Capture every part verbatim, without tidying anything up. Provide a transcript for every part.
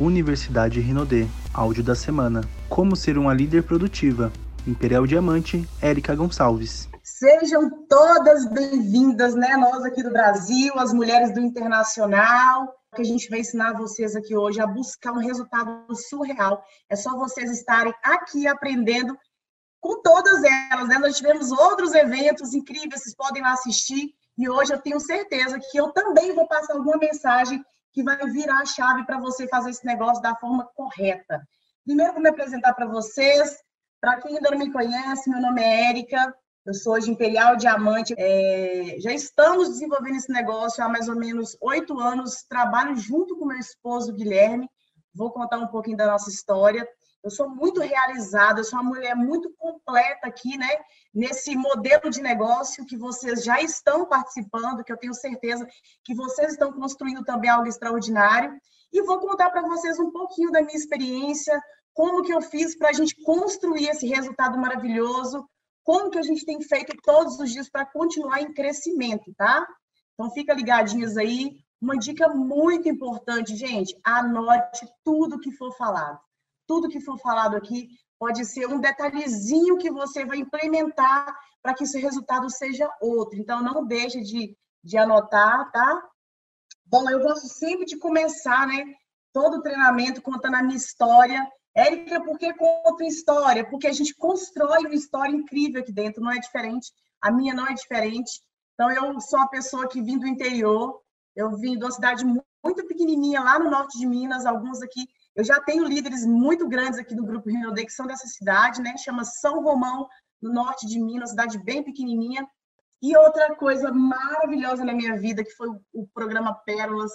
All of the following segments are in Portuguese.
Universidade Rinodê, áudio da semana. Como ser uma líder produtiva. Imperial Diamante, Érica Gonçalves. Sejam todas bem-vindas, né? Nós aqui do Brasil, as mulheres do internacional, que a gente vai ensinar vocês aqui hoje a buscar um resultado surreal. É só vocês estarem aqui aprendendo com todas elas, né? Nós tivemos outros eventos incríveis, vocês podem lá assistir, e hoje eu tenho certeza que eu também vou passar alguma mensagem que vai virar a chave para você fazer esse negócio da forma correta. Primeiro, vou me apresentar para vocês. Para quem ainda não me conhece, meu nome é Érica, eu sou de Imperial Diamante. É, já estamos desenvolvendo esse negócio há mais ou menos oito anos, trabalho junto com meu esposo, Guilherme. Vou contar um pouquinho da nossa história. Eu sou muito realizada, eu sou uma mulher muito completa aqui, né? Nesse modelo de negócio que vocês já estão participando, que eu tenho certeza que vocês estão construindo também algo extraordinário. E vou contar para vocês um pouquinho da minha experiência, como que eu fiz para a gente construir esse resultado maravilhoso, como que a gente tem feito todos os dias para continuar em crescimento, tá? Então, fica ligadinhos aí. Uma dica muito importante, gente, anote tudo que for falado. Tudo que for falado aqui pode ser um detalhezinho que você vai implementar para que esse resultado seja outro. Então, não deixe de, de anotar, tá? Bom, eu gosto sempre de começar, né? Todo o treinamento contando a minha história. Érica, por que conta história? Porque a gente constrói uma história incrível aqui dentro, não é diferente. A minha não é diferente. Então, eu sou uma pessoa que vim do interior. Eu vim de uma cidade muito pequenininha, lá no norte de Minas, alguns aqui. Eu já tenho líderes muito grandes aqui do Grupo Rinodê, que são dessa cidade, né? Chama São Romão, no norte de Minas, cidade bem pequenininha. E outra coisa maravilhosa na minha vida, que foi o programa Pérolas,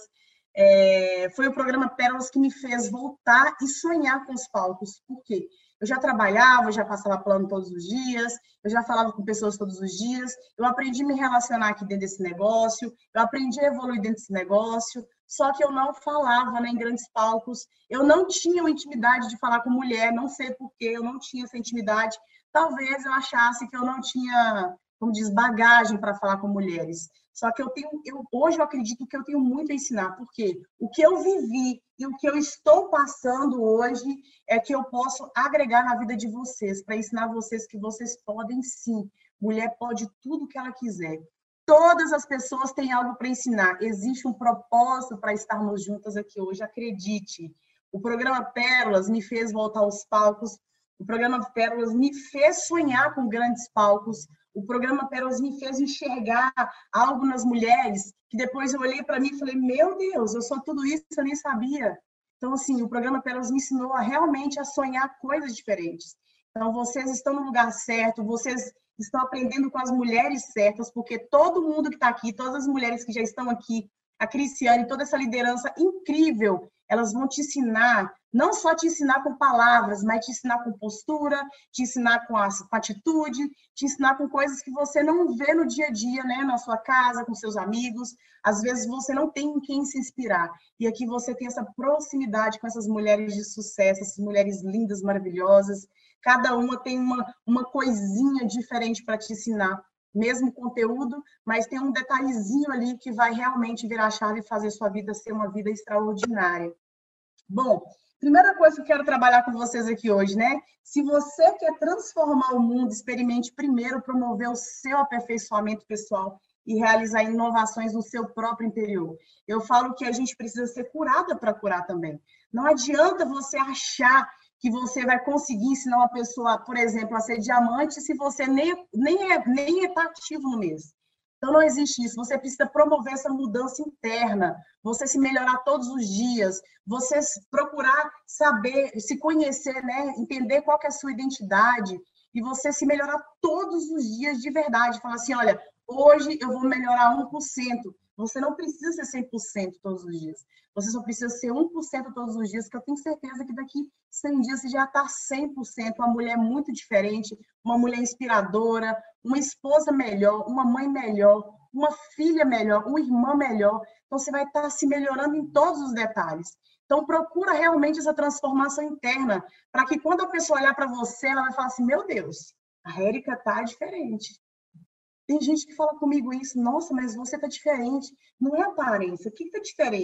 é, foi o programa Pérolas que me fez voltar e sonhar com os palcos. Por quê? Eu já trabalhava, eu já passava plano todos os dias, eu já falava com pessoas todos os dias, eu aprendi a me relacionar aqui dentro desse negócio, eu aprendi a evoluir dentro desse negócio, só que eu não falava, né, em grandes palcos, eu não tinha uma intimidade de falar com mulher, não sei porquê, eu não tinha essa intimidade. Talvez eu achasse que eu não tinha, como diz, bagagem para falar com mulheres. Só que eu tenho, eu, hoje eu acredito que eu tenho muito a ensinar, porque o que eu vivi e o que eu estou passando hoje é que eu posso agregar na vida de vocês, para ensinar vocês que vocês podem sim. Mulher pode tudo que ela quiser. Todas as pessoas têm algo para ensinar. Existe um propósito para estarmos juntas aqui hoje, acredite. O programa Pérolas me fez voltar aos palcos. O programa Pérolas me fez sonhar com grandes palcos. O programa Pérolas me fez enxergar algo nas mulheres que depois eu olhei para mim e falei, meu Deus, eu sou tudo isso, eu nem sabia. Então, assim, o programa Pérolas me ensinou a, realmente a sonhar coisas diferentes. Então, vocês estão no lugar certo, vocês estão aprendendo com as mulheres certas, porque todo mundo que está aqui, todas as mulheres que já estão aqui, a Cristiane, toda essa liderança incrível, elas vão te ensinar, não só te ensinar com palavras, mas te ensinar com postura, te ensinar com, a, com atitude, te ensinar com coisas que você não vê no dia a dia, né? Na sua casa, com seus amigos. Às vezes você não tem em quem se inspirar. E aqui você tem essa proximidade com essas mulheres de sucesso, essas mulheres lindas, maravilhosas. Cada uma tem uma, uma coisinha diferente para te ensinar. Mesmo conteúdo, mas tem um detalhezinho ali que vai realmente virar a chave e fazer sua vida ser uma vida extraordinária. Bom, primeira coisa que eu quero trabalhar com vocês aqui hoje, né? Se você quer transformar o mundo, experimente primeiro promover o seu aperfeiçoamento pessoal e realizar inovações no seu próprio interior. Eu falo que a gente precisa ser curada para curar também. Não adianta você achar que você vai conseguir ensinar uma pessoa, por exemplo, a ser diamante se você nem, nem, é, nem está ativo no mês. Então, não existe isso. Você precisa promover essa mudança interna, você se melhorar todos os dias, você procurar saber, se conhecer, né? Entender qual que é a sua identidade e você se melhorar todos os dias de verdade. Falar assim, olha, hoje eu vou melhorar um por cento. Você não precisa ser cem por cento todos os dias. Você só precisa ser um por cento todos os dias, que eu tenho certeza que daqui cem dias você já está cem por cento. Uma mulher muito diferente, uma mulher inspiradora, uma esposa melhor, uma mãe melhor, uma filha melhor, uma irmã melhor. Então, você vai estar se melhorando em todos os detalhes. Então, procura realmente essa transformação interna, para que quando a pessoa olhar para você, ela vai falar assim, meu Deus, a Érica está diferente. Tem gente que fala comigo isso, nossa, mas você está diferente. Não é aparência, o que está diferente?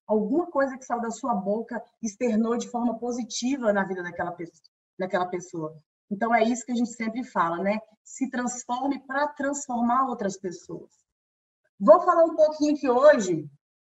alguma coisa que saiu da sua boca externou de forma positiva na vida daquela pessoa. Daquela pessoa. Então, é isso que a gente sempre fala, né? Se transforme para transformar outras pessoas. Vou falar um pouquinho aqui hoje.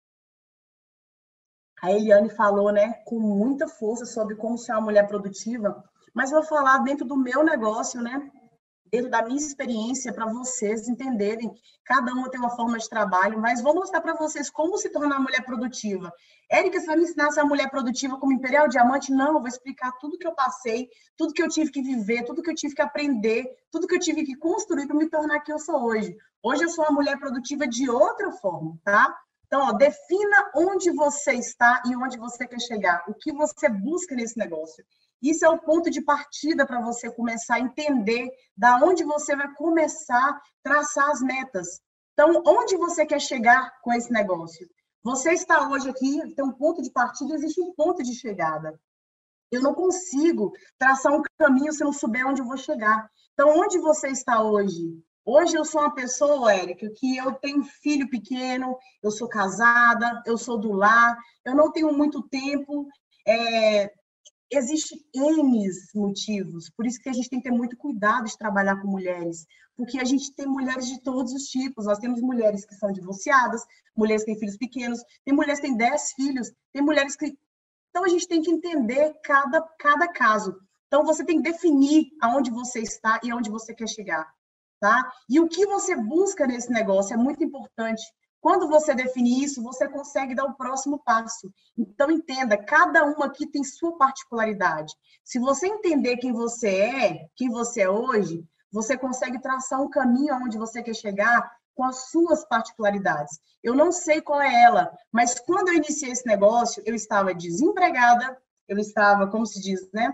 A Eliane falou, né, com muita força sobre como ser uma mulher produtiva, mas vou falar dentro do meu negócio, né? Dentro da minha experiência, para vocês entenderem. Cada uma tem uma forma de trabalho, mas vou mostrar para vocês como se tornar uma mulher produtiva. Érica, você vai me ensinar a ser uma mulher produtiva como Imperial Diamante? Não, eu vou explicar tudo que eu passei, tudo que eu tive que viver, tudo que eu tive que aprender, tudo que eu tive que construir para me tornar quem eu sou hoje. Hoje eu sou uma mulher produtiva de outra forma, tá? Então, ó, defina onde você está e onde você quer chegar. O que você busca nesse negócio. Isso é o ponto de partida para você começar a entender da onde você vai começar a traçar as metas. Então, onde você quer chegar com esse negócio? Você está hoje aqui, tem um ponto de partida, existe um ponto de chegada. Eu não consigo traçar um caminho se eu não souber onde eu vou chegar. Então, onde você está hoje? Hoje eu sou uma pessoa, Érica, que eu tenho filho pequeno, eu sou casada, eu sou do lar, eu não tenho muito tempo, é... Existem N motivos, por isso que a gente tem que ter muito cuidado de trabalhar com mulheres, porque a gente tem mulheres de todos os tipos, nós temos mulheres que são divorciadas, mulheres que têm filhos pequenos, tem mulheres que têm dez filhos, tem mulheres que... Então, a gente tem que entender cada, cada caso. Então, você tem que definir aonde você está e aonde você quer chegar, tá? E o que você busca nesse negócio é muito importante. Quando você define isso, você consegue dar o próximo passo. Então, entenda, cada uma aqui tem sua particularidade. Se você entender quem você é, quem você é hoje, você consegue traçar um caminho aonde você quer chegar com as suas particularidades. Eu não sei qual é ela, mas quando eu iniciei esse negócio, eu estava desempregada, eu estava, como se diz, né?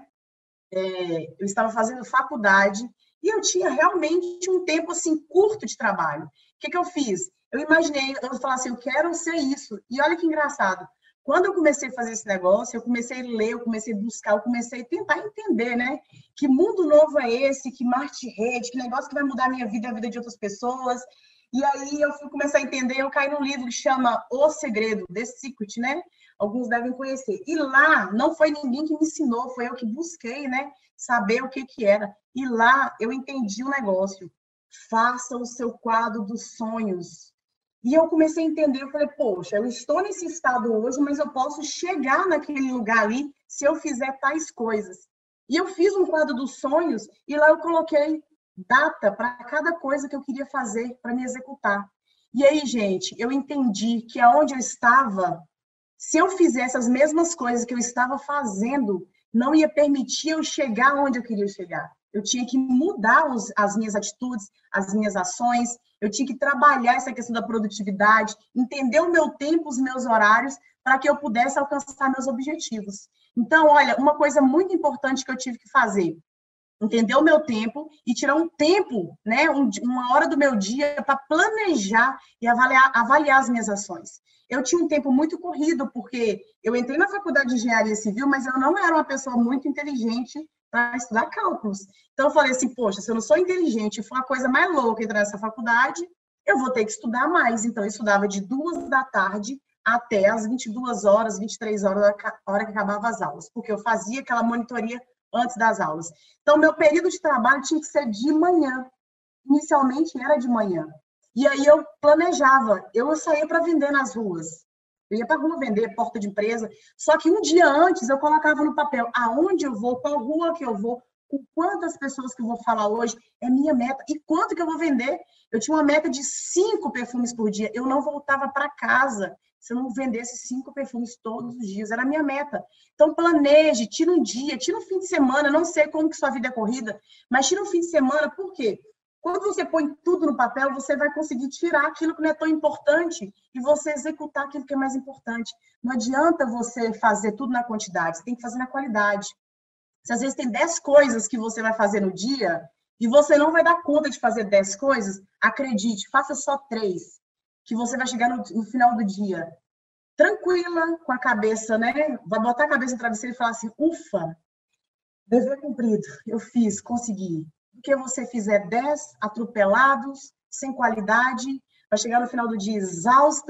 É, eu estava fazendo faculdade e eu tinha realmente um tempo, assim, curto de trabalho. O que que eu fiz? Eu imaginei, eu falei assim, eu quero ser isso. E olha que engraçado. Quando eu comecei a fazer esse negócio, eu comecei a ler, eu comecei a buscar, eu comecei a tentar entender, né? Que mundo novo é esse, que Marte Rede, que negócio que vai mudar a minha vida e a vida de outras pessoas. E aí eu fui começar a entender, eu caí num livro que chama O Segredo, The Secret, né? Alguns devem conhecer. E lá, não foi ninguém que me ensinou, foi eu que busquei, né? Saber o que que era. E lá eu entendi o negócio. Faça o seu quadro dos sonhos. E eu comecei a entender, eu falei, poxa, eu estou nesse estado hoje, mas eu posso chegar naquele lugar ali se eu fizer tais coisas. E eu fiz um quadro dos sonhos e lá eu coloquei data para cada coisa que eu queria fazer para me executar. E aí, gente, eu entendi que aonde eu estava, se eu fizesse as mesmas coisas que eu estava fazendo, não ia permitir eu chegar onde eu queria chegar. Eu tinha que mudar os, as minhas atitudes, as minhas ações, eu tinha que trabalhar essa questão da produtividade, entender o meu tempo, os meus horários, para que eu pudesse alcançar meus objetivos. Então, olha, uma coisa muito importante que eu tive que fazer, entender o meu tempo e tirar um tempo, né, um, uma hora do meu dia para planejar e avaliar, avaliar as minhas ações. Eu tinha um tempo muito corrido, porque eu entrei na faculdade de engenharia civil, mas eu não era uma pessoa muito inteligente para estudar cálculos. Então, eu falei assim, poxa, se eu não sou inteligente e for a coisa mais louca entrar nessa faculdade, eu vou ter que estudar mais. Então, eu estudava de duas da tarde até as vinte e duas horas, vinte e três horas, a hora que acabava as aulas, porque eu fazia aquela monitoria antes das aulas. Então, meu período de trabalho tinha que ser de manhã. Inicialmente, era de manhã. E aí, eu planejava. Eu saía para vender nas ruas. Eu ia para a rua vender, porta de empresa. Só que um dia antes, eu colocava no papel aonde eu vou, qual rua que eu vou, com quantas pessoas que eu vou falar hoje, é minha meta. E quanto que eu vou vender? Eu tinha uma meta de cinco perfumes por dia. Eu não voltava para casa se eu não vendesse cinco perfumes todos os dias. Era a minha meta. Então, planeje, tira um dia, tira um fim de semana. Não sei como que sua vida é corrida, mas tira um fim de semana. Por quê? Quando você põe tudo no papel, você vai conseguir tirar aquilo que não é tão importante e você executar aquilo que é mais importante. Não adianta você fazer tudo na quantidade, você tem que fazer na qualidade. Se às vezes tem dez coisas que você vai fazer no dia e você não vai dar conta de fazer dez coisas, acredite, faça só três, que você vai chegar no, no final do dia tranquila, com a cabeça, né? Vai botar a cabeça no travesseiro e falar assim, ufa, dever cumprido, eu fiz, consegui. Porque você fizer dez atropelados, sem qualidade, vai chegar no final do dia exausta,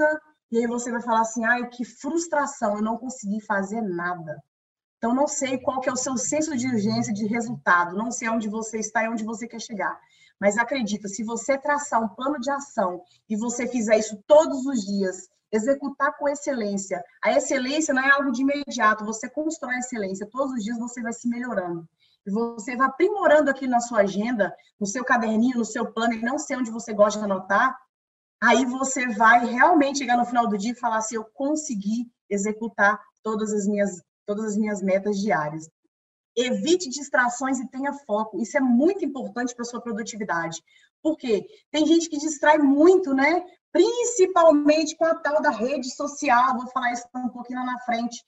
E aí você vai falar assim, ai, que frustração, eu não consegui fazer nada. Então, não sei qual que é o seu senso de urgência de resultado, não sei onde você está e onde você quer chegar. Mas acredita, se você traçar um plano de ação e você fizer isso todos os dias, executar com excelência, a excelência não é algo de imediato, você constrói a excelência, todos os dias você vai se melhorando. E você vai aprimorando aqui na sua agenda, no seu caderninho, no seu plano, e não sei onde você gosta de anotar, aí você vai realmente chegar no final do dia e falar assim, eu consegui executar todas as minhas, todas as minhas metas diárias. Evite distrações e tenha foco. Isso é muito importante para a sua produtividade. Por quê? Tem gente que distrai muito, né? Principalmente com a tal da rede social. Vou falar isso um pouquinho lá na frente.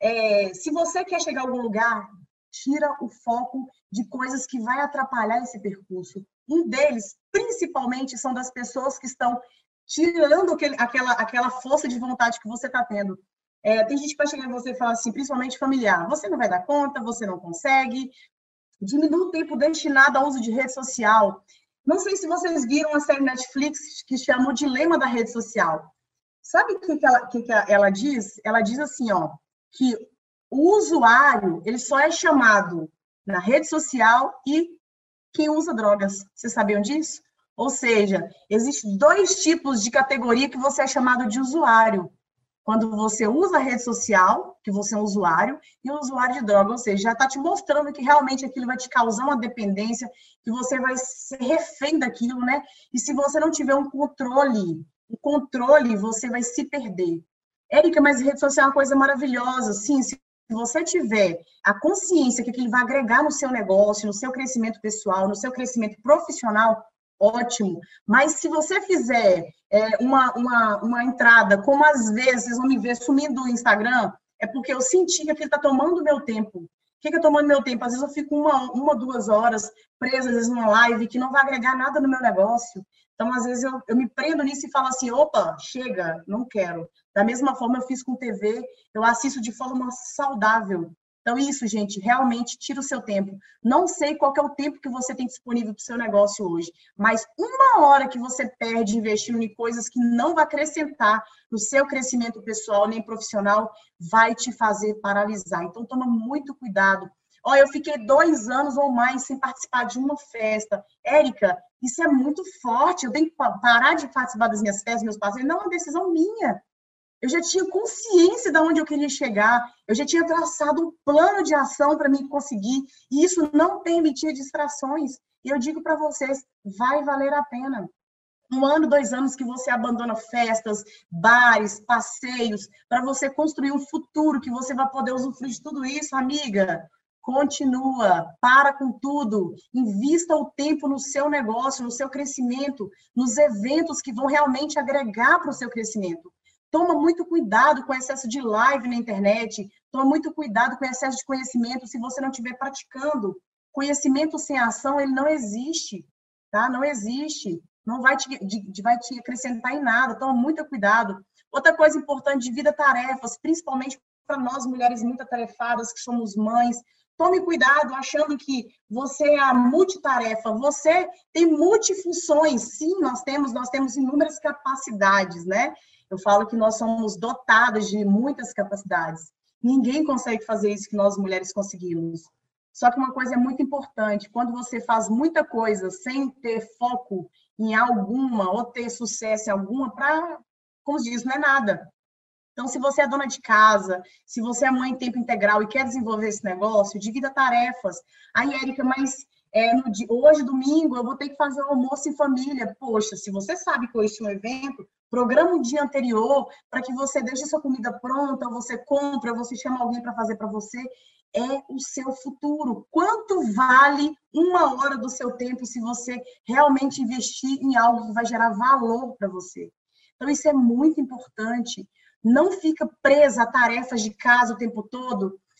É, se você quer chegar a algum lugar, tira o foco de coisas que vai atrapalhar esse percurso. Um deles, principalmente, são das pessoas que estão tirando aquele, aquela, aquela força de vontade que você está tendo. É, tem gente que vai chegar em você e falar assim, principalmente familiar, você não vai dar conta, você não consegue, diminui o tempo destinado ao uso de rede social. Não sei se vocês viram a série Netflix que chama O Dilema da Rede Social. Sabe o que, que, ela, que, que ela diz? Ela diz assim, ó, que o usuário ele só é chamado na rede social e quem usa drogas. Vocês sabiam disso? Ou seja, existem dois tipos de categoria que você é chamado de usuário. Quando você usa a rede social, que você é um usuário, e um usuário de droga, ou seja, já está te mostrando que realmente aquilo vai te causar uma dependência, que você vai ser refém daquilo, né? E se você não tiver um controle, um controle, você vai se perder. Érica, mas rede social é uma coisa maravilhosa. Sim, se você tiver a consciência que aquilo vai agregar no seu negócio, no seu crescimento pessoal, no seu crescimento profissional, ótimo. Mas se você fizer é, uma, uma, uma entrada, como às vezes vocês vão me ver sumindo do Instagram, é porque eu senti que aquilo está tomando meu tempo. O que está tomando meu tempo? Às vezes eu fico uma, uma, duas horas presa, às vezes numa live que não vai agregar nada no meu negócio. Então, às vezes, eu, eu me prendo nisso e falo assim, opa, chega, não quero. Da mesma forma, eu fiz com T V, eu assisto de forma saudável. Então, isso, gente, realmente tira o seu tempo. Não sei qual que é o tempo que você tem disponível para o seu negócio hoje, mas uma hora que você perde investindo em coisas que não vai acrescentar no seu crescimento pessoal nem profissional, vai te fazer paralisar. Então, toma muito cuidado. Ó, eu fiquei dois anos ou mais sem participar de uma festa. Érica, isso é muito forte. Eu tenho que parar de participar das minhas festas, meus parceiros. Não é uma decisão minha. Eu já tinha consciência de onde eu queria chegar, eu já tinha traçado um plano de ação para mim conseguir, e isso não permitia distrações. E eu digo para vocês, vai valer a pena. Um ano, dois anos que você abandona festas, bares, passeios, para você construir um futuro que você vai poder usufruir de tudo isso, amiga. Continua, para com tudo, invista o tempo no seu negócio, no seu crescimento, nos eventos que vão realmente agregar para o seu crescimento. Toma muito cuidado com o excesso de live na internet, toma muito cuidado com o excesso de conhecimento se você não estiver praticando. Conhecimento sem ação, ele não existe, tá? Não existe, não vai te, de, vai te acrescentar em nada, toma muito cuidado. Outra coisa importante de vida-tarefas, principalmente para nós mulheres muito atarefadas, que somos mães, tome cuidado achando que você é a multitarefa, você tem multifunções, sim, nós temos, nós temos inúmeras capacidades, né? Eu falo que nós somos dotadas de muitas capacidades. Ninguém consegue fazer isso que nós mulheres conseguimos. Só que uma coisa é muito importante, quando você faz muita coisa sem ter foco em alguma, ou ter sucesso em alguma, para, como se diz, não é nada. Então, se você é dona de casa, se você é mãe em tempo integral e quer desenvolver esse negócio, divida tarefas. Aí, Érica, mas é, no dia, hoje, domingo, eu vou ter que fazer um almoço em família. Poxa, se você sabe que hoje é um evento, programa um dia anterior para que você deixe sua comida pronta, você compra, você chama alguém para fazer para você. É o seu futuro. Quanto vale uma hora do seu tempo se você realmente investir em algo que vai gerar valor para você? Então, isso é muito importante. Não fica presa a tarefas de casa o tempo todo.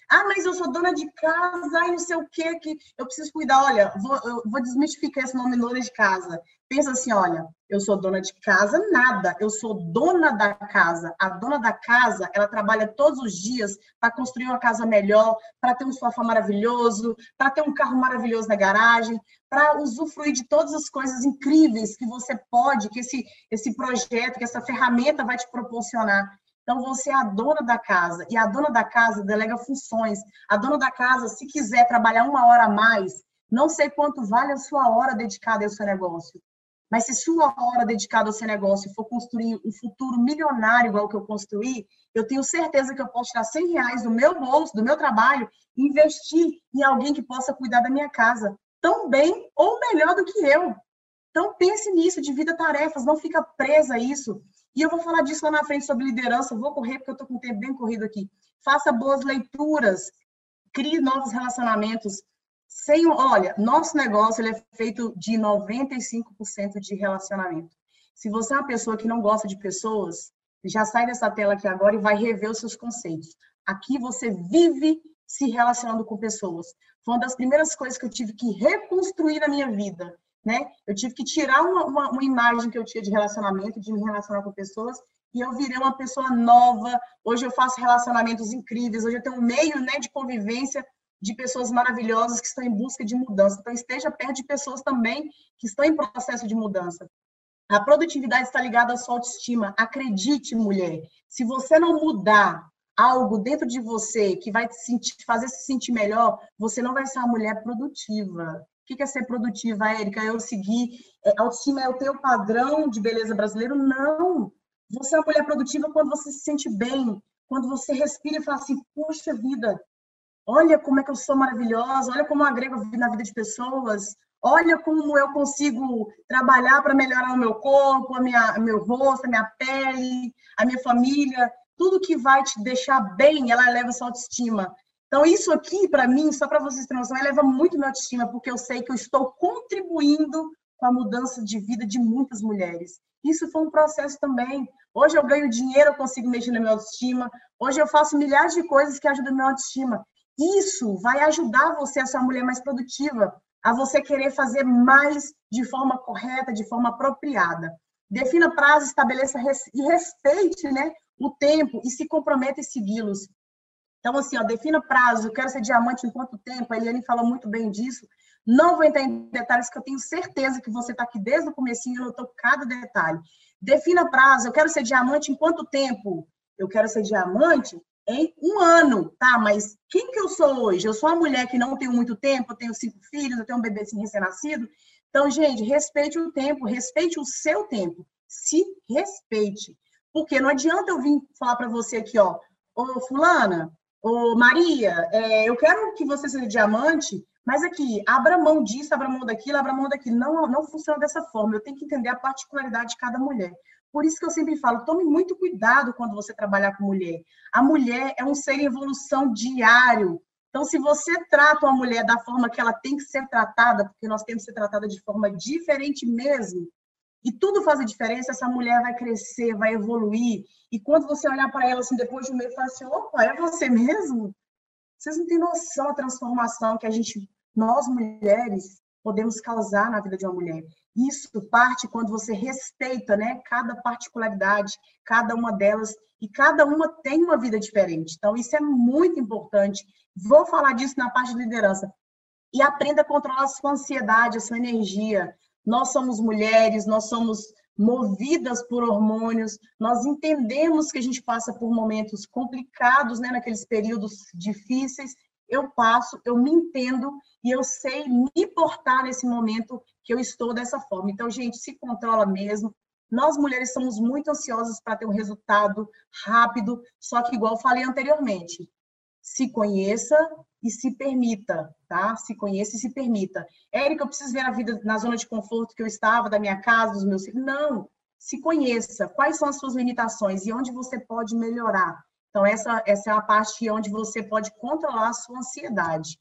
Ah, mas eu sou dona de casa, ai, não sei o quê, que eu preciso cuidar. Olha, vou, eu vou desmistificar esse nome dona de casa. Pensa assim, olha, eu sou dona de casa, nada. Eu sou dona da casa. A dona da casa, ela trabalha todos os dias para construir uma casa melhor, para ter um sofá maravilhoso, para ter um carro maravilhoso na garagem, para usufruir de todas as coisas incríveis que você pode, que esse, esse projeto, que essa ferramenta vai te proporcionar. Então, você é a dona da casa, e a dona da casa delega funções. A dona da casa, se quiser trabalhar uma hora a mais, não sei quanto vale a sua hora dedicada ao seu negócio, mas se sua hora dedicada ao seu negócio for construir um futuro milionário igual que eu construí, eu tenho certeza que eu posso tirar cem reais do meu bolso, do meu trabalho, e investir em alguém que possa cuidar da minha casa tão bem ou melhor do que eu. Então, pense nisso, divida tarefas, não fica presa a isso. E eu vou falar disso lá na frente sobre liderança, eu vou correr porque eu estou com o tempo bem corrido aqui. Faça boas leituras, crie novos relacionamentos. Sem, olha, nosso negócio ele é feito de noventa e cinco por cento de relacionamento. Se você é uma pessoa que não gosta de pessoas, já sai dessa tela aqui agora e vai rever os seus conceitos. Aqui você vive se relacionando com pessoas. Foi uma das primeiras coisas que eu tive que reconstruir na minha vida. Né? Eu tive que tirar uma, uma, uma imagem que eu tinha de relacionamento, de me relacionar com pessoas, e eu virei uma pessoa nova. Hoje eu faço relacionamentos incríveis, hoje eu tenho um meio, né, de convivência de pessoas maravilhosas que estão em busca de mudança. Então, esteja perto de pessoas também que estão em processo de mudança. A produtividade está ligada à sua autoestima. Acredite, mulher, se você não mudar algo dentro de você que vai te sentir, fazer se sentir melhor, você não vai ser uma mulher produtiva. O que é ser produtiva, Érica? Eu seguir, é, autoestima é o teu padrão de beleza brasileiro? Não. Você é uma mulher produtiva quando você se sente bem, quando você respira e fala assim, poxa vida, olha como é que eu sou maravilhosa, olha como eu agrego na vida de pessoas, olha como eu consigo trabalhar para melhorar o meu corpo, a minha, meu rosto, a minha pele, a minha família, tudo que vai te deixar bem, ela eleva a sua autoestima. Então, isso aqui, para mim, só para vocês terem noção, eleva muito minha autoestima, porque eu sei que eu estou contribuindo com a mudança de vida de muitas mulheres. Isso foi um processo também. Hoje eu ganho dinheiro, eu consigo mexer na minha autoestima. Hoje eu faço milhares de coisas que ajudam a minha autoestima. Isso vai ajudar você a ser uma mulher mais produtiva, a você querer fazer mais de forma correta, de forma apropriada. Defina prazos, estabeleça e respeite, né, o tempo e se comprometa em segui-los. Então, assim, ó, defina prazo, eu quero ser diamante em quanto tempo, a Eliane falou muito bem disso. Não vou entrar em detalhes, que eu tenho certeza que você está aqui desde o comecinho e anotou cada detalhe. Defina prazo, eu quero ser diamante em quanto tempo? Eu quero ser diamante em um ano, tá? Mas quem que eu sou hoje? Eu sou uma mulher que não tenho muito tempo, eu tenho cinco filhos, eu tenho um bebezinho recém-nascido. Então, gente, respeite o tempo, respeite o seu tempo. Se respeite. Porque não adianta eu vir falar para você aqui, ó, ô fulana, ô Maria, é, eu quero que você seja diamante, mas aqui, abra mão disso, abra mão daquilo, abra mão daquilo. Não, não funciona dessa forma. Eu tenho que entender a particularidade de cada mulher. Por isso que eu sempre falo, tome muito cuidado quando você trabalhar com mulher. A mulher é um ser em evolução diário. Então, se você trata uma mulher da forma que ela tem que ser tratada, porque nós temos que ser tratada de forma diferente mesmo, e tudo faz a diferença, essa mulher vai crescer, vai evoluir. E quando você olhar para ela assim, depois de um mês, e falar assim, opa, é você mesmo? Vocês não têm noção da transformação que a gente, nós mulheres, podemos causar na vida de uma mulher. Isso parte quando você respeita, né, cada particularidade, cada uma delas, e cada uma tem uma vida diferente. Então, isso é muito importante. Vou falar disso na parte de liderança. E aprenda a controlar a sua ansiedade, a sua energia. Nós somos mulheres, nós somos movidas por hormônios, nós entendemos que a gente passa por momentos complicados, né, naqueles períodos difíceis. Eu passo, eu me entendo e eu sei me portar nesse momento que eu estou dessa forma. Então, gente, se controla mesmo. Nós, mulheres, somos muito ansiosas para ter um resultado rápido, só que, igual eu falei anteriormente, se conheça e se permita, tá? Se conheça e se permita. Érica, eu preciso ver a vida na zona de conforto que eu estava, da minha casa, dos meus filhos. Não, se conheça. Quais são as suas limitações e onde você pode melhorar? Então, essa, essa é a parte onde você pode controlar a sua ansiedade.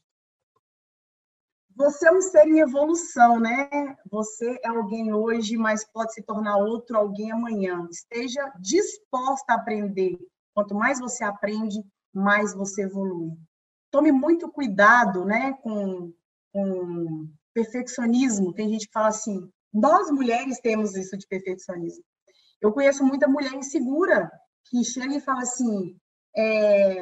Você é um ser em evolução, né? Você é alguém hoje, mas pode se tornar outro alguém amanhã. Esteja disposta a aprender. Quanto mais você aprende, mais você evolui. tome muito cuidado, né, com, com perfeccionismo. Tem gente que fala assim, nós mulheres temos isso de perfeccionismo. Eu conheço muita mulher insegura que chega e fala assim, é,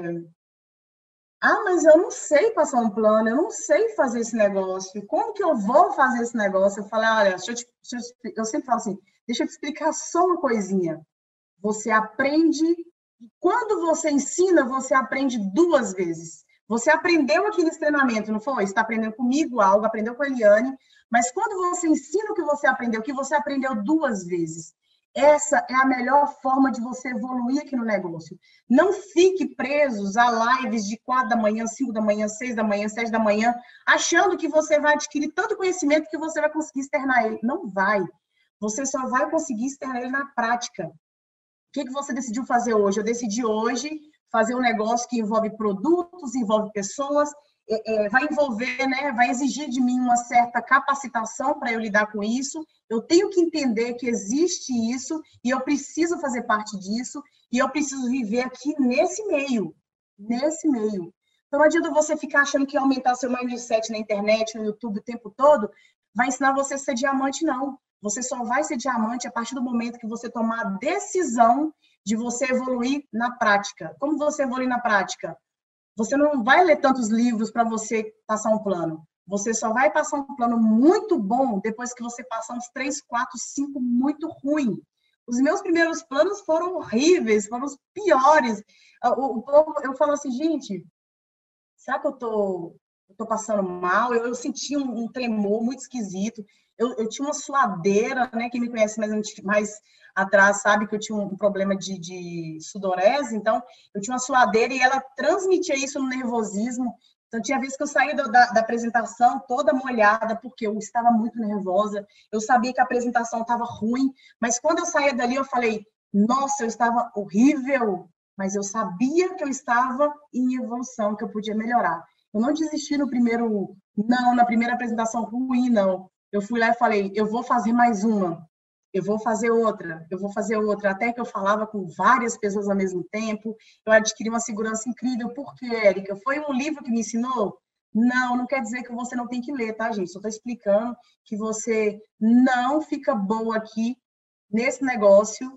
ah, mas eu não sei passar um plano, eu não sei fazer esse negócio, como que eu vou fazer esse negócio? Eu falo, olha, deixa eu, te, deixa eu, eu sempre falo assim, deixa eu te explicar só uma coisinha. Você aprende, quando você ensina, você aprende duas vezes. Você aprendeu aqui nesse treinamento, não foi? Você está aprendendo comigo algo, aprendeu com a Eliane, mas quando você ensina o que você aprendeu, o que você aprendeu duas vezes. Essa é a melhor forma de você evoluir aqui no negócio. Não fique presos a lives de quatro da manhã, cinco da manhã, seis da manhã, sete da manhã, achando que você vai adquirir tanto conhecimento que você vai conseguir externar ele. Não vai. Você só vai conseguir externar ele na prática. O que, que você decidiu fazer hoje? Eu decidi hoje fazer um negócio que envolve produtos, envolve pessoas, é, é, vai envolver, né, vai exigir de mim uma certa capacitação para eu lidar com isso. Eu tenho que entender que existe isso e eu preciso fazer parte disso e eu preciso viver aqui nesse meio, nesse meio. Então, não adianta você ficar achando que aumentar seu mindset na internet, no YouTube o tempo todo, vai ensinar você a ser diamante, não. Você só vai ser diamante a partir do momento que você tomar a decisão de você evoluir na prática. Como você evolui na prática? Você não vai ler tantos livros para você passar um plano. Você só vai passar um plano muito bom depois que você passar uns três, quatro, cinco muito ruim. Os meus primeiros planos foram horríveis, foram os piores. O povo, eu falo assim, gente, será que eu tô, eu tô passando mal? Eu, eu senti um, um tremor muito esquisito. Eu, eu tinha uma suadeira, né? Quem me conhece mais, mais atrás sabe que eu tinha um problema de, de sudorese, então eu tinha uma suadeira e ela transmitia isso no nervosismo. Então, tinha vezes que eu saía da, da, da apresentação toda molhada, porque eu estava muito nervosa, eu sabia que a apresentação estava ruim, mas quando eu saía dali, eu falei, nossa, eu estava horrível, mas eu sabia que eu estava em evolução, que eu podia melhorar. Eu não desisti no primeiro, não, na primeira apresentação ruim, não. Eu fui lá e falei, eu vou fazer mais uma, eu vou fazer outra, eu vou fazer outra. Até que eu falava com várias pessoas ao mesmo tempo, eu adquiri uma segurança incrível. Por quê, Érica? Foi um livro que me ensinou? Não, não quer dizer que você não tem que ler, tá, gente? Só estou explicando que você não fica boa aqui nesse negócio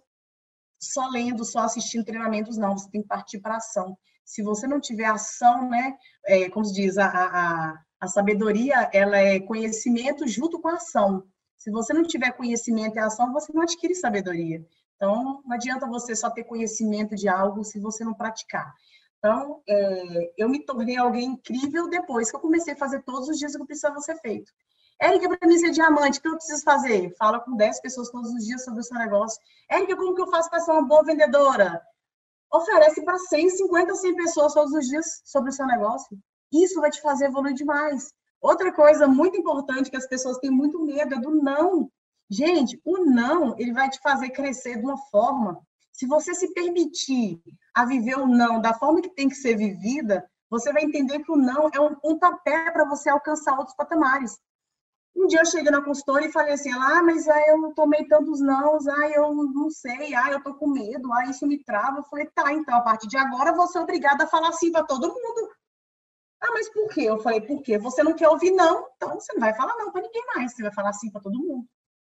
só lendo, só assistindo treinamentos, não. Você tem que partir para ação. Se você não tiver ação, né, é, como se diz, a, a, a sabedoria, ela é conhecimento junto com a ação. Se você não tiver conhecimento e ação, você não adquire sabedoria. Então, não adianta você só ter conhecimento de algo se você não praticar. Então, é, eu me tornei alguém incrível depois que eu comecei a fazer todos os dias o que precisava ser feito. Érica, para mim ser diamante, o que eu preciso fazer? Fala com dez pessoas todos os dias sobre o seu negócio. Érica, como que eu faço para ser uma boa vendedora? Oferece para cem, cinquenta, cem pessoas todos os dias sobre o seu negócio. Isso vai te fazer evoluir demais. Outra coisa muito importante que as pessoas têm muito medo é do não. Gente, o não, ele vai te fazer crescer de uma forma. Se você se permitir a viver o não da forma que tem que ser vivida, você vai entender que o não é um pontapé para você alcançar outros patamares. Um dia eu cheguei na consultora e falei assim, ah, mas aí eu tomei tantos nãos, ah, eu não sei, ah, eu tô com medo, ah, isso me trava. Eu falei, tá, então, a partir de agora eu vou ser obrigada a falar sim para todo mundo. Ah, mas por quê? Eu falei, por quê? Você não quer ouvir não, então você não vai falar não para ninguém mais, você vai falar sim para todo mundo.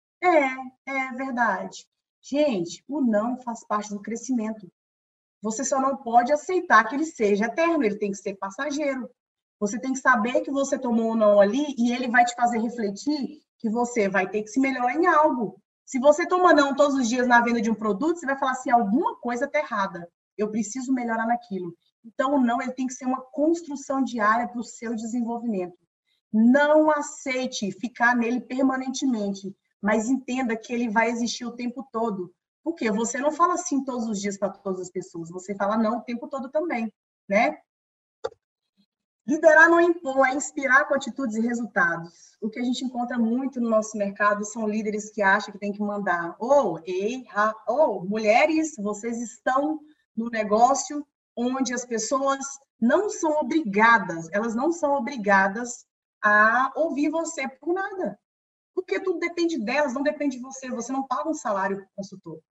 É, é verdade. Gente, o não faz parte do crescimento. Você só não pode aceitar que ele seja eterno, ele tem que ser passageiro. Você tem que saber que você tomou um não ali e ele vai te fazer refletir que você vai ter que se melhorar em algo. Se você toma não todos os dias na venda de um produto, você vai falar assim, alguma coisa está errada. Eu preciso melhorar naquilo. Então, o não ele tem que ser uma construção diária para o seu desenvolvimento. Não aceite ficar nele permanentemente, mas entenda que ele vai existir o tempo todo. Por quê? Você não fala sim todos os dias para todas as pessoas, você fala não o tempo todo também, né? Liderar não é impor, é inspirar com atitudes e resultados. O que a gente encontra muito no nosso mercado são líderes que acham que tem que mandar. Ou, oh, ei, ou, oh, mulheres, vocês estão no negócio onde as pessoas não são obrigadas, elas não são obrigadas a ouvir você por nada. Porque tudo depende delas, não depende de você. Você não paga um salário para o consultor.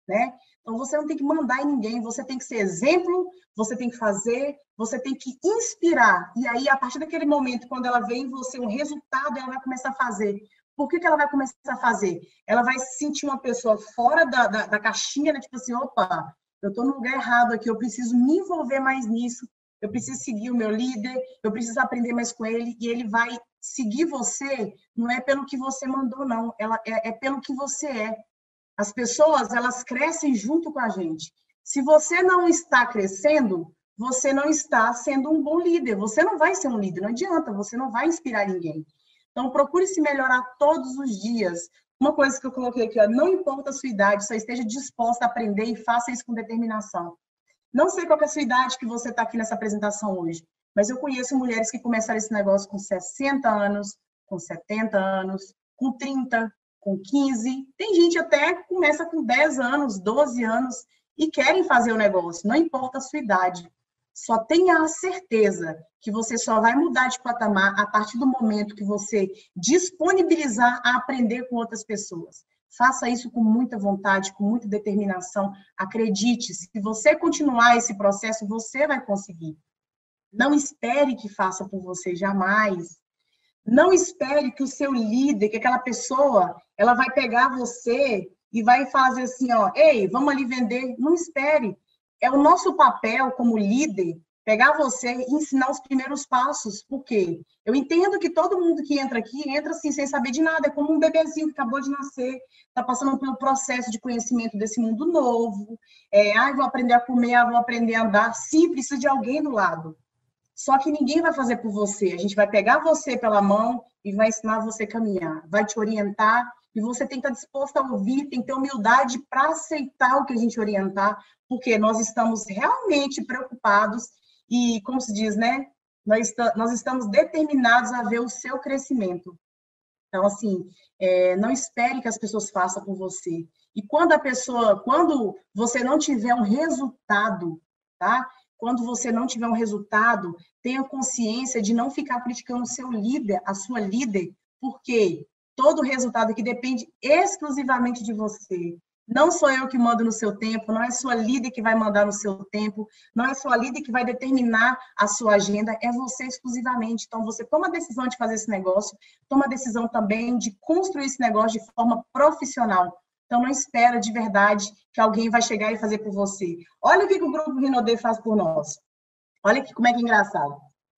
né? Então, você não tem que mandar em ninguém, você tem que ser exemplo, você tem que fazer, você tem que inspirar. E aí, a partir daquele momento, quando ela vê em você um resultado, ela vai começar a fazer. Por que que ela vai começar a fazer? Ela vai se sentir uma pessoa fora da, da, da caixinha, né? Tipo assim, opa, eu estou no lugar errado aqui, eu preciso me envolver mais nisso, eu preciso seguir o meu líder, eu preciso aprender mais com ele, e ele vai seguir você, não é pelo que você mandou, não, ela, é, é pelo que você é. As pessoas, elas crescem junto com a gente. Se você não está crescendo, você não está sendo um bom líder, você não vai ser um líder, não adianta, você não vai inspirar ninguém. Então, procure se melhorar todos os dias. Uma coisa que eu coloquei aqui, ó, não importa a sua idade, só esteja disposta a aprender e faça isso com determinação. Não sei qual é a sua idade que você está aqui nessa apresentação hoje, mas eu conheço mulheres que começaram esse negócio com sessenta anos, com setenta anos, com trinta, com quinze. Tem gente até que começa com dez anos, doze anos e querem fazer o negócio, não importa a sua idade. Só tenha a certeza que você só vai mudar de patamar a partir do momento que você disponibilizar a aprender com outras pessoas. Faça isso com muita vontade, com muita determinação. Acredite, se você continuar esse processo, você vai conseguir. Não espere que faça por você, jamais. Não espere que o seu líder, que aquela pessoa, ela vai pegar você e vai fazer assim, ó, ei, vamos ali vender. Não espere. É o nosso papel como líder pegar você e ensinar os primeiros passos. Por quê? Eu entendo que todo mundo que entra aqui, entra assim, sem saber de nada. É como um bebezinho que acabou de nascer, está passando pelo processo de conhecimento desse mundo novo. É, ah, vou aprender a comer, ah, vou aprender a andar. Sim, precisa de alguém do lado. Só que ninguém vai fazer por você. A gente vai pegar você pela mão e vai ensinar você a caminhar. Vai te orientar e você tem que estar disposto a ouvir, tem que ter humildade para aceitar o que a gente orientar, porque nós estamos realmente preocupados e, como se diz, né? Nós, nós estamos determinados a ver o seu crescimento. Então, assim, é, não espere que as pessoas façam por você. E quando a pessoa, quando você não tiver um resultado, tá? Quando você não tiver um resultado, tenha consciência de não ficar criticando o seu líder, a sua líder, porque todo resultado aqui depende exclusivamente de você. Não sou eu que mando no seu tempo, não é sua líder que vai mandar no seu tempo, não é sua líder que vai determinar a sua agenda, é você exclusivamente. Então, você toma a decisão de fazer esse negócio, toma a decisão também de construir esse negócio de forma profissional. Então, não espera de verdade que alguém vai chegar e fazer por você. Olha o que o Grupo Rinodê faz por nós. Olha aqui como é que é engraçado.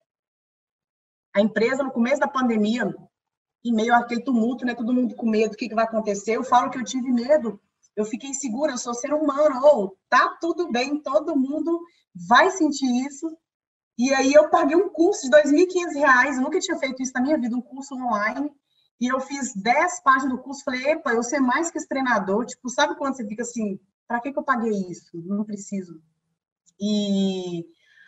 A empresa, no começo da pandemia, em meio àquele tumulto, né, todo mundo com medo, o que, que vai acontecer? Eu falo que eu tive medo, eu fiquei insegura, eu sou ser humano, ou tá tudo bem, todo mundo vai sentir isso. E aí eu paguei um curso de dois mil e quinhentos reais, eu nunca tinha feito isso na minha vida, um curso online, e eu fiz dez páginas do curso, falei, epa, eu sei mais que esse treinador, tipo, sabe quando você fica assim, para que, que eu paguei isso? Não preciso. E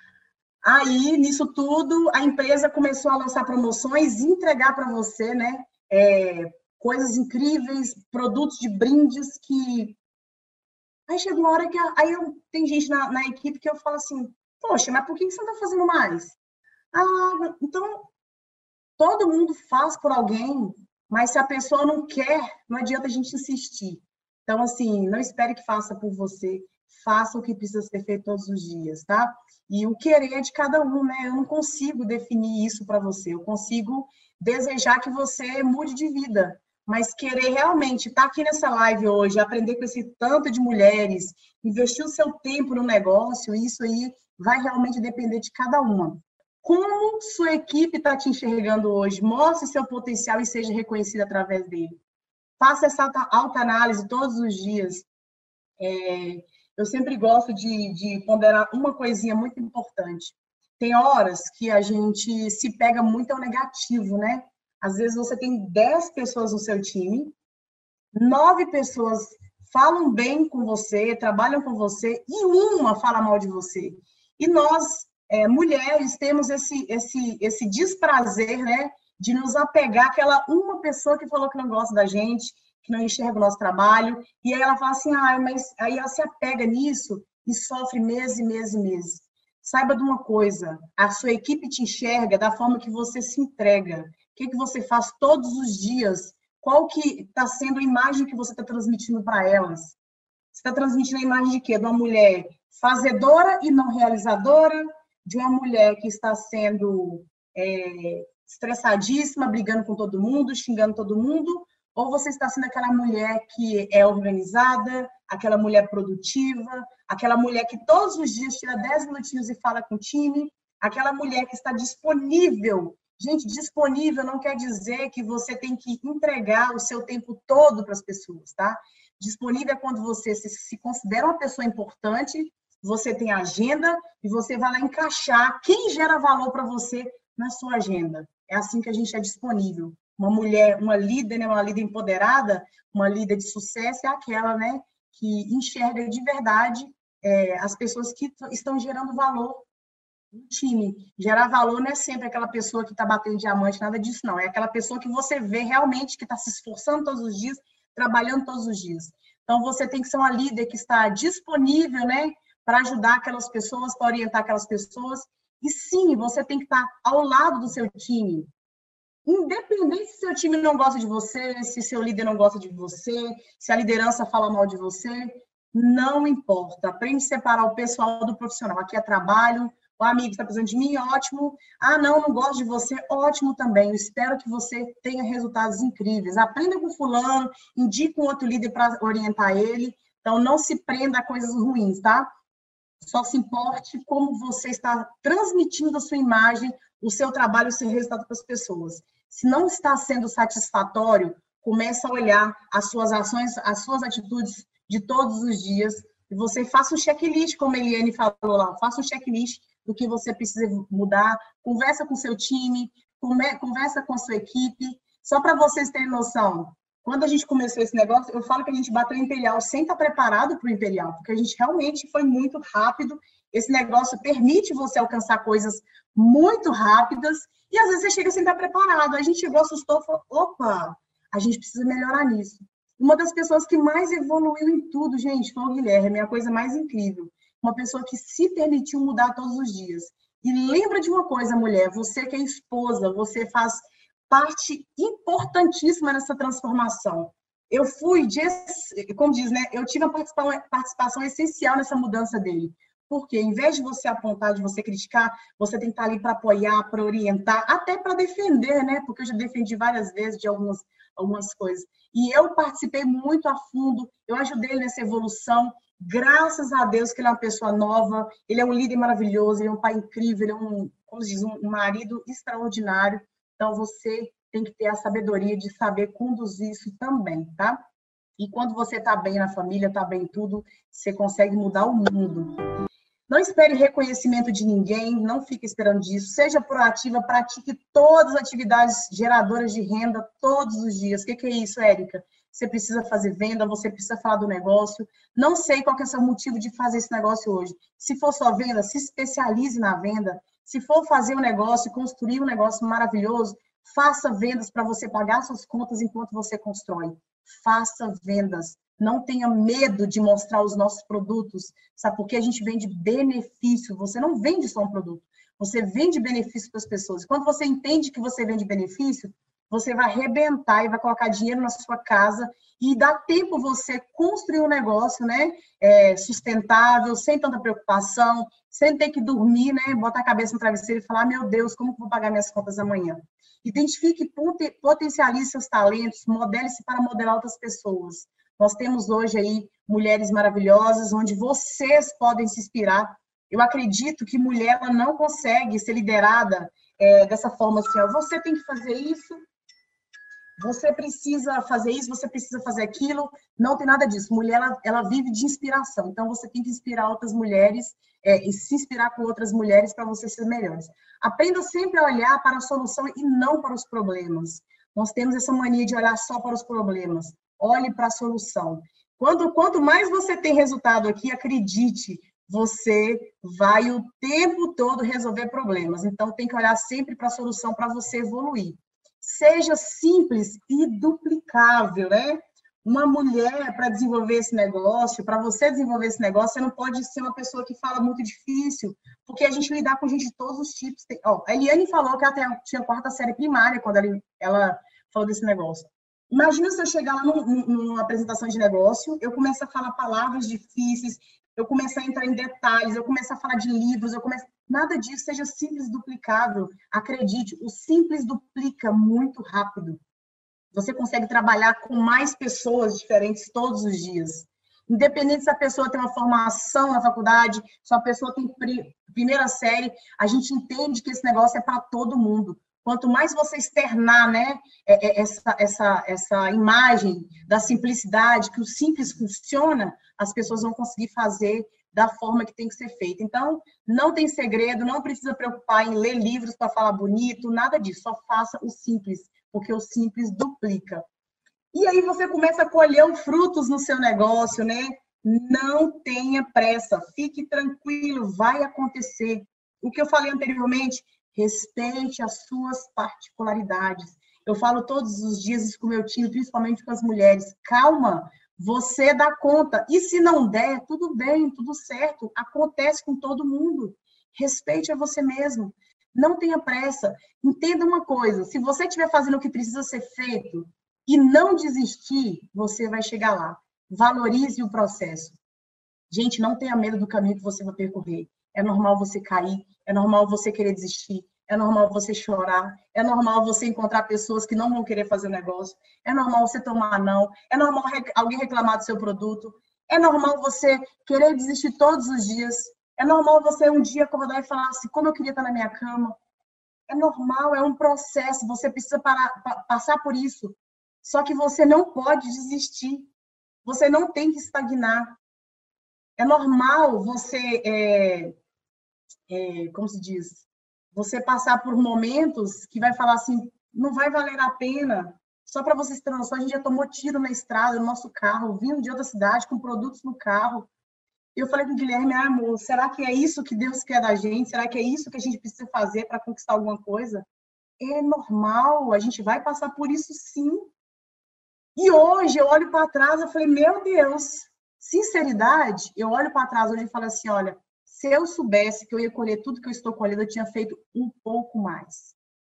aí, nisso tudo, a empresa começou a lançar promoções e entregar para você, né, é, coisas incríveis, produtos de brindes que... Aí chega uma hora que... Aí eu, tem gente na, na equipe que eu falo assim, poxa, mas por que você não está fazendo mais? Ah, então, todo mundo faz por alguém, mas se a pessoa não quer, não adianta a gente insistir. Então, assim, não espere que faça por você, faça o que precisa ser feito todos os dias, tá? E o querer é de cada um, né? Eu não consigo definir isso para você, eu consigo desejar que você mude de vida, mas querer realmente estar aqui nessa live hoje, aprender com esse tanto de mulheres, investir o seu tempo no negócio, isso aí vai realmente depender de cada uma. Como sua equipe está te enxergando hoje? Mostre seu potencial e seja reconhecida através dele. Faça essa autoanálise todos os dias. É, eu sempre gosto de, de ponderar uma coisinha muito importante. Tem horas que a gente se pega muito ao negativo, né? Às vezes você tem dez pessoas no seu time, nove pessoas falam bem com você, trabalham com você, e uma fala mal de você. E nós, é, mulheres, temos esse, esse, esse desprazer, né, de nos apegar àquela uma pessoa que falou que não gosta da gente, que não enxerga o nosso trabalho, e aí ela fala assim, ah, mas aí ela se apega nisso e sofre meses e meses e meses. Saiba de uma coisa, a sua equipe te enxerga da forma que você se entrega, o que, que você faz todos os dias, qual que está sendo a imagem que você está transmitindo para elas. Você está transmitindo a imagem de quê? De uma mulher fazedora e não realizadora, de uma mulher que está sendo é, estressadíssima, brigando com todo mundo, xingando todo mundo, ou você está sendo aquela mulher que é organizada, aquela mulher produtiva, aquela mulher que todos os dias tira dez minutinhos e fala com o time, aquela mulher que está disponível. Gente, disponível não quer dizer que você tem que entregar o seu tempo todo para as pessoas, tá? Disponível é quando você se, se considera uma pessoa importante, você tem agenda e você vai lá encaixar quem gera valor para você na sua agenda. É assim que a gente é disponível. Uma mulher, uma líder, né, uma líder empoderada, uma líder de sucesso é aquela, né, que enxerga de verdade é, as pessoas que estão gerando valor no time. Gerar valor não é sempre aquela pessoa que está batendo diamante, nada disso não. É aquela pessoa que você vê realmente que está se esforçando todos os dias, trabalhando todos os dias. Então, você tem que ser uma líder que está disponível, né, para ajudar aquelas pessoas, para orientar aquelas pessoas. E sim, você tem que estar ao lado do seu time. Independente se seu time não gosta de você, se seu líder não gosta de você, se a liderança fala mal de você, não importa. Aprende a separar o pessoal do profissional. Aqui é trabalho, o amigo está precisando de mim, ótimo. Ah, não, não gosto de você, ótimo também. Eu espero que você tenha resultados incríveis. Aprenda com fulano, indique um outro líder para orientar ele. Então, não se prenda a coisas ruins, tá? Só se importe como você está transmitindo a sua imagem, o seu trabalho, o seu resultado para as pessoas. Se não está sendo satisfatório, comece a olhar as suas ações, as suas atitudes de todos os dias, e você faça um checklist, como a Eliane falou lá, faça um checklist do que você precisa mudar, conversa com o seu time, conversa com a sua equipe, só para vocês terem noção. Quando a gente começou esse negócio, eu falo que a gente bateu o Imperial sem estar preparado para o Imperial, porque a gente realmente foi muito rápido. Esse negócio permite você alcançar coisas muito rápidas e às vezes você chega sem estar preparado. A gente chegou, assustou, falou, opa, a gente precisa melhorar nisso. Uma das pessoas que mais evoluiu em tudo, gente, foi o Guilherme, é a coisa mais incrível. Uma pessoa que se permitiu mudar todos os dias. E lembra de uma coisa, mulher, você que é esposa, você faz parte importantíssima nessa transformação. Eu fui, de, como diz, né? Eu tive uma participação, participação essencial nessa mudança dele. Porque, em vez de você apontar, de você criticar, você tem que estar ali para apoiar, para orientar, até para defender, né? Porque eu já defendi várias vezes de algumas, algumas coisas. E eu participei muito a fundo, eu ajudei ele nessa evolução. Graças a Deus que ele é uma pessoa nova, ele é um líder maravilhoso, ele é um pai incrível, ele é um, como diz, um marido extraordinário. Então, você tem que ter a sabedoria de saber conduzir isso também, tá? E quando você tá bem na família, tá bem em tudo, você consegue mudar o mundo. Não espere reconhecimento de ninguém, não fique esperando disso. Seja proativa, pratique todas as atividades geradoras de renda todos os dias. O que, que é isso, Érica? Você precisa fazer venda, você precisa falar do negócio. Não sei qual que é o seu motivo de fazer esse negócio hoje. Se for só venda, se especialize na venda. Se for fazer um negócio, construir um negócio maravilhoso, faça vendas para você pagar suas contas enquanto você constrói. Faça vendas. Não tenha medo de mostrar os nossos produtos. Sabe por quê? A gente vende benefício. Você não vende só um produto. Você vende benefício para as pessoas. E quando você entende que você vende benefício, você vai arrebentar e vai colocar dinheiro na sua casa e dá tempo você construir um negócio, né, é, sustentável, sem tanta preocupação, sem ter que dormir, né, botar a cabeça no travesseiro e falar, meu Deus, como que eu vou pagar minhas contas amanhã? Identifique, potencialize seus talentos, modele-se para modelar outras pessoas. Nós temos hoje aí mulheres maravilhosas, onde vocês podem se inspirar. Eu acredito que mulher ela não consegue ser liderada é, dessa forma assim, ó, você tem que fazer isso, você precisa fazer isso, você precisa fazer aquilo. Não tem nada disso. Mulher, ela, ela vive de inspiração. Então, você tem que inspirar outras mulheres é, e se inspirar com outras mulheres para você ser melhores. Aprenda sempre a olhar para a solução e não para os problemas. Nós temos essa mania de olhar só para os problemas. Olhe para a solução. Quando, quanto mais você tem resultado aqui, acredite, você vai o tempo todo resolver problemas. Então, tem que olhar sempre para a solução para você evoluir. Seja simples e duplicável, né? Uma mulher, para desenvolver esse negócio, para você desenvolver esse negócio, você não pode ser uma pessoa que fala muito difícil, porque a gente lidar com gente de todos os tipos. Tem, ó, a Eliane falou que ela tinha quarta série primária quando ela, ela falou desse negócio. Imagina se eu chegar lá num, num, numa apresentação de negócio, eu começo a falar palavras difíceis, eu começo a entrar em detalhes, eu começo a falar de livros, eu começo... Nada disso seja simples duplicável. Acredite, o simples duplica muito rápido. Você consegue trabalhar com mais pessoas diferentes todos os dias. Independente se a pessoa tem uma formação na faculdade, se a pessoa tem primeira série, a gente entende que esse negócio é para todo mundo. Quanto mais você externar, né, essa, essa, essa imagem da simplicidade, que o simples funciona, as pessoas vão conseguir fazer da forma que tem que ser feita. Então, não tem segredo, não precisa preocupar em ler livros para falar bonito, nada disso, só faça o simples, porque o simples duplica. E aí você começa a colher os frutos no seu negócio, né? Não tenha pressa, fique tranquilo, vai acontecer. O que eu falei anteriormente, respeite as suas particularidades. Eu falo todos os dias isso com o meu time, principalmente com as mulheres. Calma, você dá conta. E se não der, tudo bem, tudo certo. Acontece com todo mundo. Respeite a você mesmo. Não tenha pressa. Entenda uma coisa, se você estiver fazendo o que precisa ser feito e não desistir, você vai chegar lá. Valorize o processo. Gente, não tenha medo do caminho que você vai percorrer. É normal você cair, é normal você querer desistir, é normal você chorar, é normal você encontrar pessoas que não vão querer fazer o negócio, é normal você tomar não, é normal alguém reclamar do seu produto, é normal você querer desistir todos os dias, é normal você um dia acordar e falar assim, como eu queria estar na minha cama. É normal, é um processo, você precisa parar, passar por isso. Só que você não pode desistir, você não tem que estagnar. É normal você... É, É, como se diz, você passar por momentos que vai falar assim, não vai valer a pena. Só para vocês terem noção, a gente já tomou tiro na estrada, no nosso carro, vindo de outra cidade com produtos no carro. E eu falei com o Guilherme, ah, amor, será que é isso que Deus quer da gente? Será que é isso que a gente precisa fazer para conquistar alguma coisa? É normal, a gente vai passar por isso sim. E hoje eu olho para trás e falei, meu Deus, sinceridade, eu olho para trás hoje e falo assim, olha, se eu soubesse que eu ia colher tudo que eu estou colhendo, eu tinha feito um pouco mais.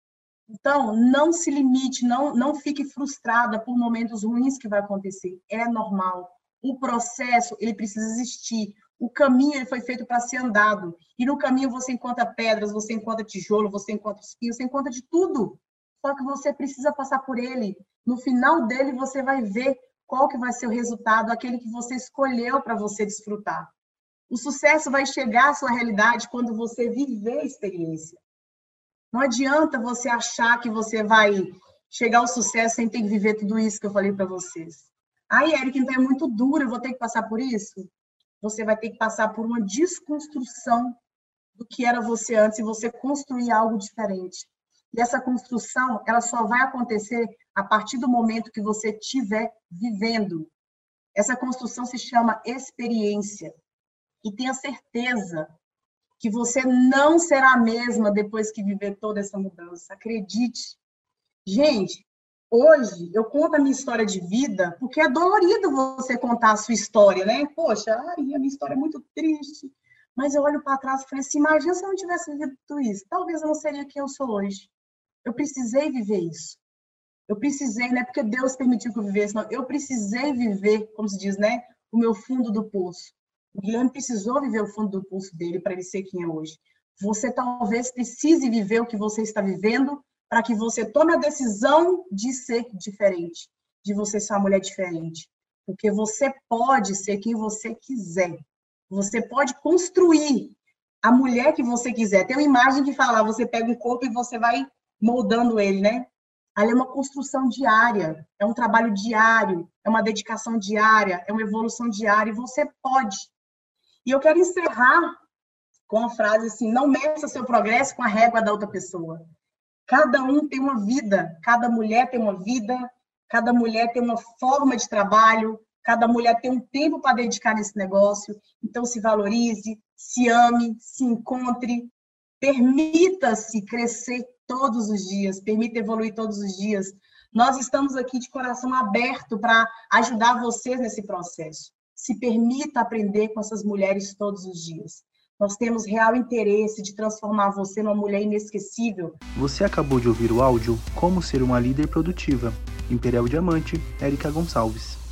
Então, não se limite, não, não fique frustrada por momentos ruins que vai acontecer. É normal. O processo, ele precisa existir. O caminho, ele foi feito para ser andado. E no caminho você encontra pedras, você encontra tijolo, você encontra espinhos, você encontra de tudo. Só que você precisa passar por ele. No final dele, você vai ver qual que vai ser o resultado, aquele que você escolheu para você desfrutar. O sucesso vai chegar à sua realidade quando você viver a experiência. Não adianta você achar que você vai chegar ao sucesso sem ter que viver tudo isso que eu falei para vocês. Ai, Eric, então é muito duro, eu vou ter que passar por isso? Você vai ter que passar por uma desconstrução do que era você antes e você construir algo diferente. E essa construção, ela só vai acontecer a partir do momento que você estiver vivendo. Essa construção se chama experiência. E tenha certeza que você não será a mesma depois que viver toda essa mudança. Acredite. Gente, hoje eu conto a minha história de vida porque é dolorido você contar a sua história, né? Poxa, ai, a minha história é muito triste. Mas eu olho para trás e falei assim, imagina se eu não tivesse vivido tudo isso. Talvez eu não seria quem eu sou hoje. Eu precisei viver isso. Eu precisei, não é porque Deus permitiu que eu vivesse, não. Eu precisei viver, como se diz, né? O meu fundo do poço. O Guilherme precisou viver o fundo do poço dele para ele ser quem é hoje. Você talvez precise viver o que você está vivendo para que você tome a decisão de ser diferente, de você ser uma mulher diferente. Porque você pode ser quem você quiser. Você pode construir a mulher que você quiser. Tem uma imagem que fala, você pega um corpo e você vai moldando ele, né? Ali é uma construção diária, é um trabalho diário, é uma dedicação diária, é uma evolução diária, e você pode. E eu quero encerrar com a frase assim, não meça seu progresso com a régua da outra pessoa. Cada um tem uma vida, cada mulher tem uma vida, cada mulher tem uma forma de trabalho, cada mulher tem um tempo para dedicar nesse negócio. Então, se valorize, se ame, se encontre, permita-se crescer todos os dias, permita evoluir todos os dias. Nós estamos aqui de coração aberto para ajudar vocês nesse processo. Se permita aprender com essas mulheres todos os dias. Nós temos real interesse de transformar você numa mulher inesquecível. Você acabou de ouvir o áudio Como Ser uma Líder Produtiva. Imperial Diamante, Érica Gonçalves.